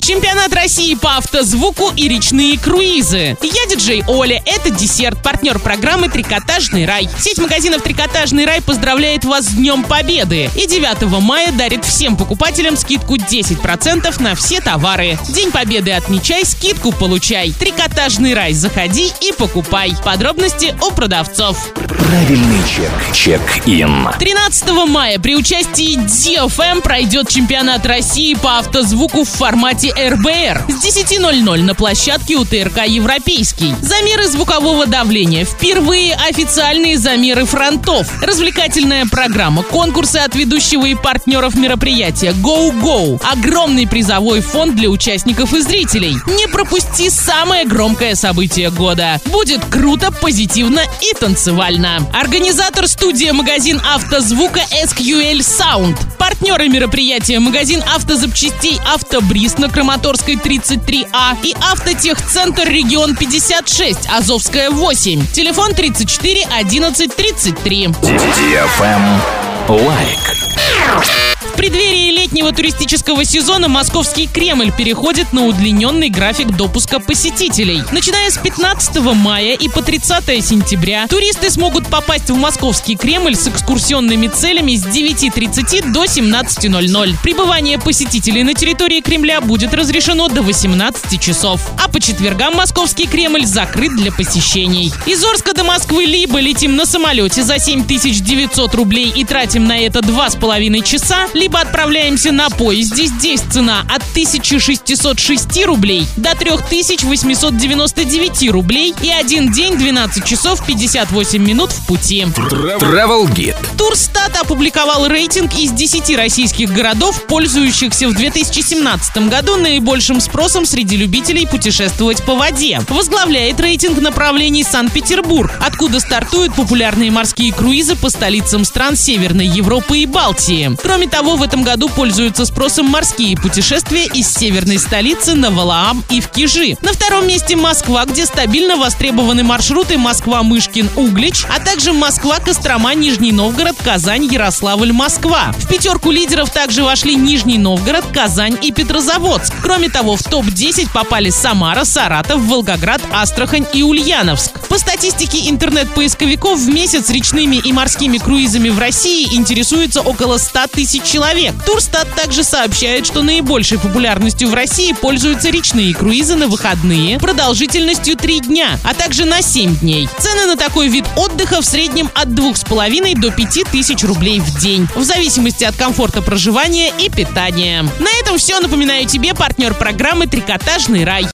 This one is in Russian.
Чемпионат России по автозвуку и речные круизы. Я диджей Оля, это десерт, партнер программы «Трикотажный рай». Сеть магазинов «Трикотажный рай» поздравляет вас с Днем Победы и 9 мая дарит всем покупателям скидку 10% на все товары. День Победы отмечай, скидку получай. «Трикотажный рай», заходи и покупай. Подробности у продавцов. Правильный чек. Чек-ин. 13 мая при участии DFM пройдет чемпионат России по автозвуку в формате РБР с 10:00 на площадке УТРК «Европейский». Замеры звукового давления. Впервые официальные замеры фронтов. Развлекательная программа, конкурсы от ведущего и партнеров мероприятия «Go-Go». Огромный призовой фонд для участников и зрителей. Не пропусти самое громкое событие года. Будет круто, позитивно и танцевально. Организатор — студия-магазин автозвука SQL Sound. Партнеры мероприятия — магазин автозапчастей «Автобриз» на Краматорской 33А и Автотехцентр «Регион 56», Азовская 8. Телефон 34 11 33. DFM лайк. В преддверии летнего туристического сезона Московский Кремль переходит на удлиненный график допуска посетителей. Начиная с 15 мая и по 30 сентября туристы смогут попасть в Московский Кремль с экскурсионными целями с 9:30 до 17:00. Пребывание посетителей на территории Кремля будет разрешено до 18 часов. А по четвергам Московский Кремль закрыт для посещений. Из Орска до Москвы либо летим на самолете за 7900 рублей и тратим на это 2,5 часа, либо отправляемся на поезде. Здесь цена от 1606 рублей до 3899 рублей и один день 12 часов 58 минут в пути. Travel Guide. Турстат опубликовал рейтинг из 10 российских городов, пользующихся в 2017 году наибольшим спросом среди любителей путешествовать по воде. Возглавляет рейтинг направлений Санкт-Петербург, откуда стартуют популярные морские круизы по столицам стран Северной Европы и Балтии. Кроме того, в этом году пользуются спросом морские путешествия из северной столицы на Валаам и в Кижи. На втором месте Москва, где стабильно востребованы маршруты Москва-Мышкин-Углич, а также Москва-Кострома, Нижний Новгород, Казань, Ярославль, Москва. В пятерку лидеров также вошли Нижний Новгород, Казань и Петрозаводск. Кроме того, в топ-10 попали Самара, Саратов, Волгоград, Астрахань и Ульяновск. По статистике интернет-поисковиков, в месяц речными и морскими круизами в России интересуется около 100 тысяч человек. Турстат также сообщает, что наибольшей популярностью в России пользуются речные круизы на выходные продолжительностью 3 дня, а также на 7 дней. Цены на такой вид отдыха в среднем от 2,5 до 5 тысяч рублей в день, в зависимости от комфорта проживания и питания. На этом все. Напоминаю тебе, партнер программы «Трикотажный рай».